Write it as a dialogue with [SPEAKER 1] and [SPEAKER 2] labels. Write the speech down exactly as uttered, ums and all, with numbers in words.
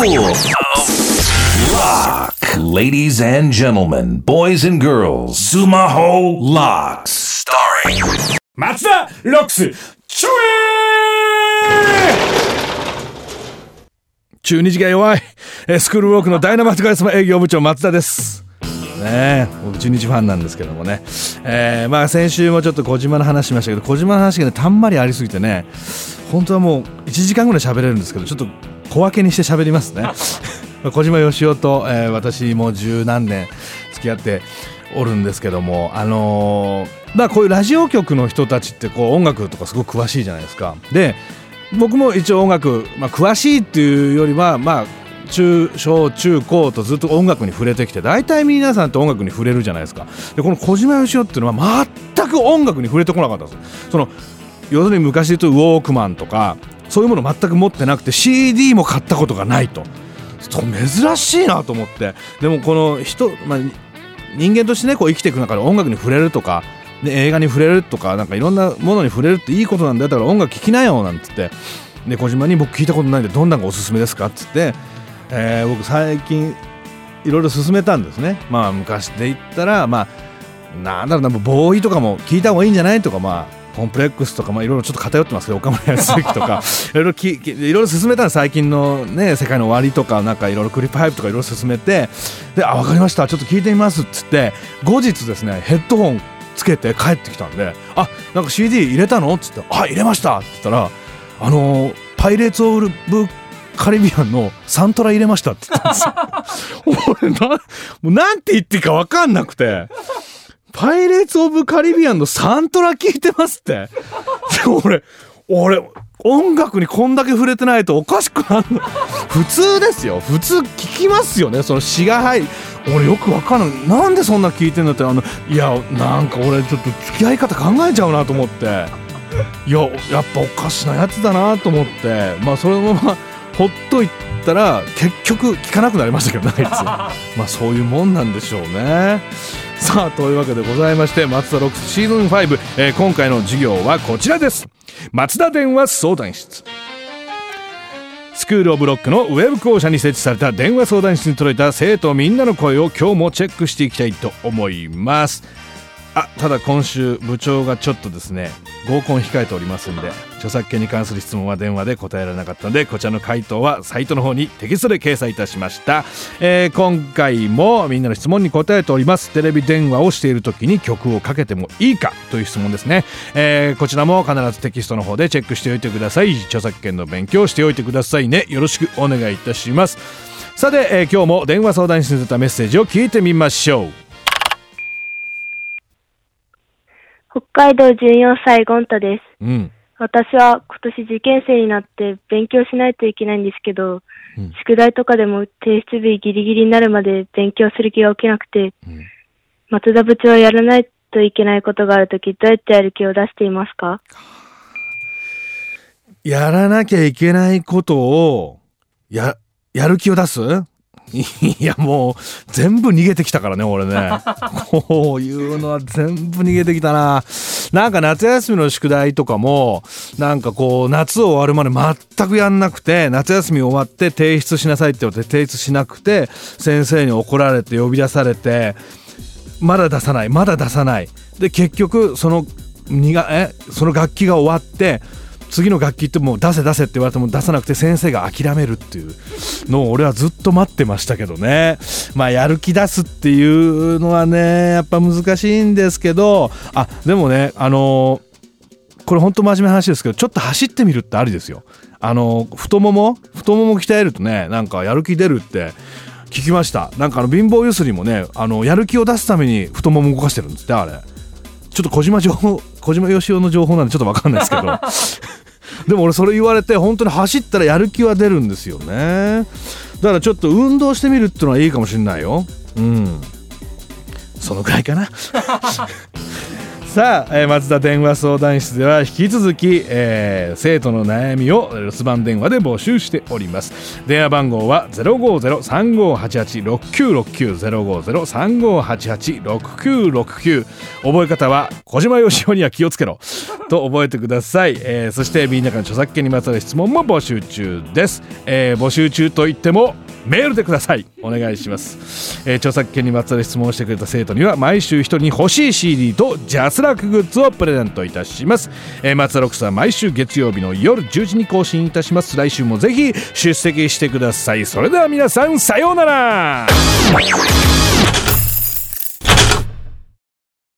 [SPEAKER 1] Lock. Ladies and gentlemen, boys and girls, Sumaho Locks. Starring
[SPEAKER 2] 松田ロックスちょえ中日が弱いスクールロックのダイナマイトカリスマ営業部長松田ですね。僕中日ファンなんですけどもね、えー、まあ先週もちょっと小島の話しましたけど、小島の話がねたんまりありすぎてね、本当はもういちじかんぐらい喋れるんですけど、ちょっと小分けにして喋りますね小島よしおと、えー、私も十何年付き合っておるんですけども、あのー、まあこういうラジオ局の人たちってこう音楽とかすごく詳しいじゃないですか。で僕も一応音楽、まあ、詳しいっていうよりはまあ中小中高とずっと音楽に触れてきて、大体皆さんって音楽に触れるじゃないですか。でこの小島よしおっていうのは全く音楽に触れてこなかったんです。その要するに昔で言うとウォークマンとかそういうもの全く持ってなくて シーディー も買ったことがないと、珍しいなと思って。でもこの人、まあ、人間としてねこう生きていく中で音楽に触れるとか、ね、映画に触れるとかなんかいろんなものに触れるっていいことなんだよ、だから音楽聴きなよなんつって、で小島に僕聞いたことないんでどんなのがおすすめですかっつって、えー、僕最近いろいろ勧めたんですね。まあ昔で言ったらまあなんだろうな、ボーイとかも聞いた方がいいんじゃないとか、まあコンプレックスとかまあいろいろちょっと偏ってますけど岡村康之とかいろいろきいろいろ勧めたら、最近のね世界の終わりとかなんかいろいろクリップハイプとかいろいろ勧めて、であ分かりましたちょっと聞いてみますっつって後日ですねヘッドホンつけて帰ってきたんで、あなんか シーディー 入れたのっつって、あ入れましたって言ったら、あのー、パイレーツ・オブ・カリビアンのサントラ入れましたって言ったんですよ俺な、もうなんて言っていいか分かんなくて、パイレーツ・オブ・カリビアンのサントラ聞いてますって。でも俺俺音楽にこんだけ触れてないとおかしくなるの普通ですよ、普通聞きますよね、その詩が入る。俺よくわかんない、なんでそんな聞いてんだって、あのいやなんか俺ちょっと付き合い方考えちゃうなと思って、いややっぱおかしなやつだなと思って、まあそれのままほっといたら結局聞かなくなりましたけどね、あいつまあそういうもんなんでしょうね。さあというわけでございまして、松田ロックスシーズンファイブ、えー、今回の授業はこちらです。松田電話相談室。スクールオブロックのウェブ校舎に設置された電話相談室に届いた生徒みんなの声を今日もチェックしていきたいと思います。あただ今週部長がちょっとですね合コン控えておりますんで、著作権に関する質問は電話で答えられなかったので、こちらの回答はサイトの方にテキストで掲載いたしました。えー、今回もみんなの質問に答えております。テレビ電話をしている時に曲をかけてもいいかという質問ですね。えー、こちらも必ずテキストの方でチェックしておいてください。著作権の勉強をしておいてくださいね。よろしくお願いいたします。さて、えー、今日も電話相談室に出たメッセージを聞いてみましょう。
[SPEAKER 3] 北海道じゅうよんさいゴンタです、
[SPEAKER 2] うん、
[SPEAKER 3] 私は今年受験生になって勉強しないといけないんですけど、うん、宿題とかでも提出日ギリギリになるまで勉強する気が起きなくて、うん、松田部長はやらないといけないことがあるときどうやってやる気を出していますか？
[SPEAKER 2] やらなきゃいけないことをや、やる気を出す？いやもう全部逃げてきたからね俺ねこういうのは全部逃げてきたな。なんか夏休みの宿題とかもなんかこう夏終わるまで全くやんなくて、夏休み終わって提出しなさいって言われて提出しなくて、先生に怒られて呼び出されてまだ出さないまだ出さないで、結局そのにがえその学期が終わって次の学期ってもう出せ出せって言われても出さなくて先生が諦めるっていうのを俺はずっと待ってましたけどね。まあやる気出すっていうのはねやっぱ難しいんですけど、あでもねあのー、これ本当真面目な話ですけど、ちょっと走ってみるってありですよ。あのー、太もも太もも鍛えるとねなんかやる気出るって聞きました。なんかあの貧乏ゆすりもねあのやる気を出すために太もも動かしてるんですって。あれちょっと小島情報小島よしおの情報なんでちょっと分かんないですけどでも俺それ言われて本当に走ったらやる気は出るんですよね。だからちょっと運動してみるっていうのはいいかもしれないよ。うんそのくらいかなさあ、えー、松田電話相談室では引き続き、えー、生徒の悩みを留守番電話で募集しております。電話番号は ゼロごーゼロ さんごーはちはち ろくきゅうろくきゅう ゼロごーゼロ さんごーはちはち ろくきゅうろくきゅう。覚え方は小島よしおには気をつけろと覚えてください。えー、そしてみんなから著作権にまつわる質問も募集中です。えー、募集中といってもメールでください。お願いします。えー、著作権にまつわる質問をしてくれた生徒には毎週一人に欲しい シーディー とジャスラックグッズをプレゼントいたします。えー、松田ロックスは毎週月曜日の夜じゅうじに更新いたします。来週もぜひ出席してください。それでは皆さんさようなら。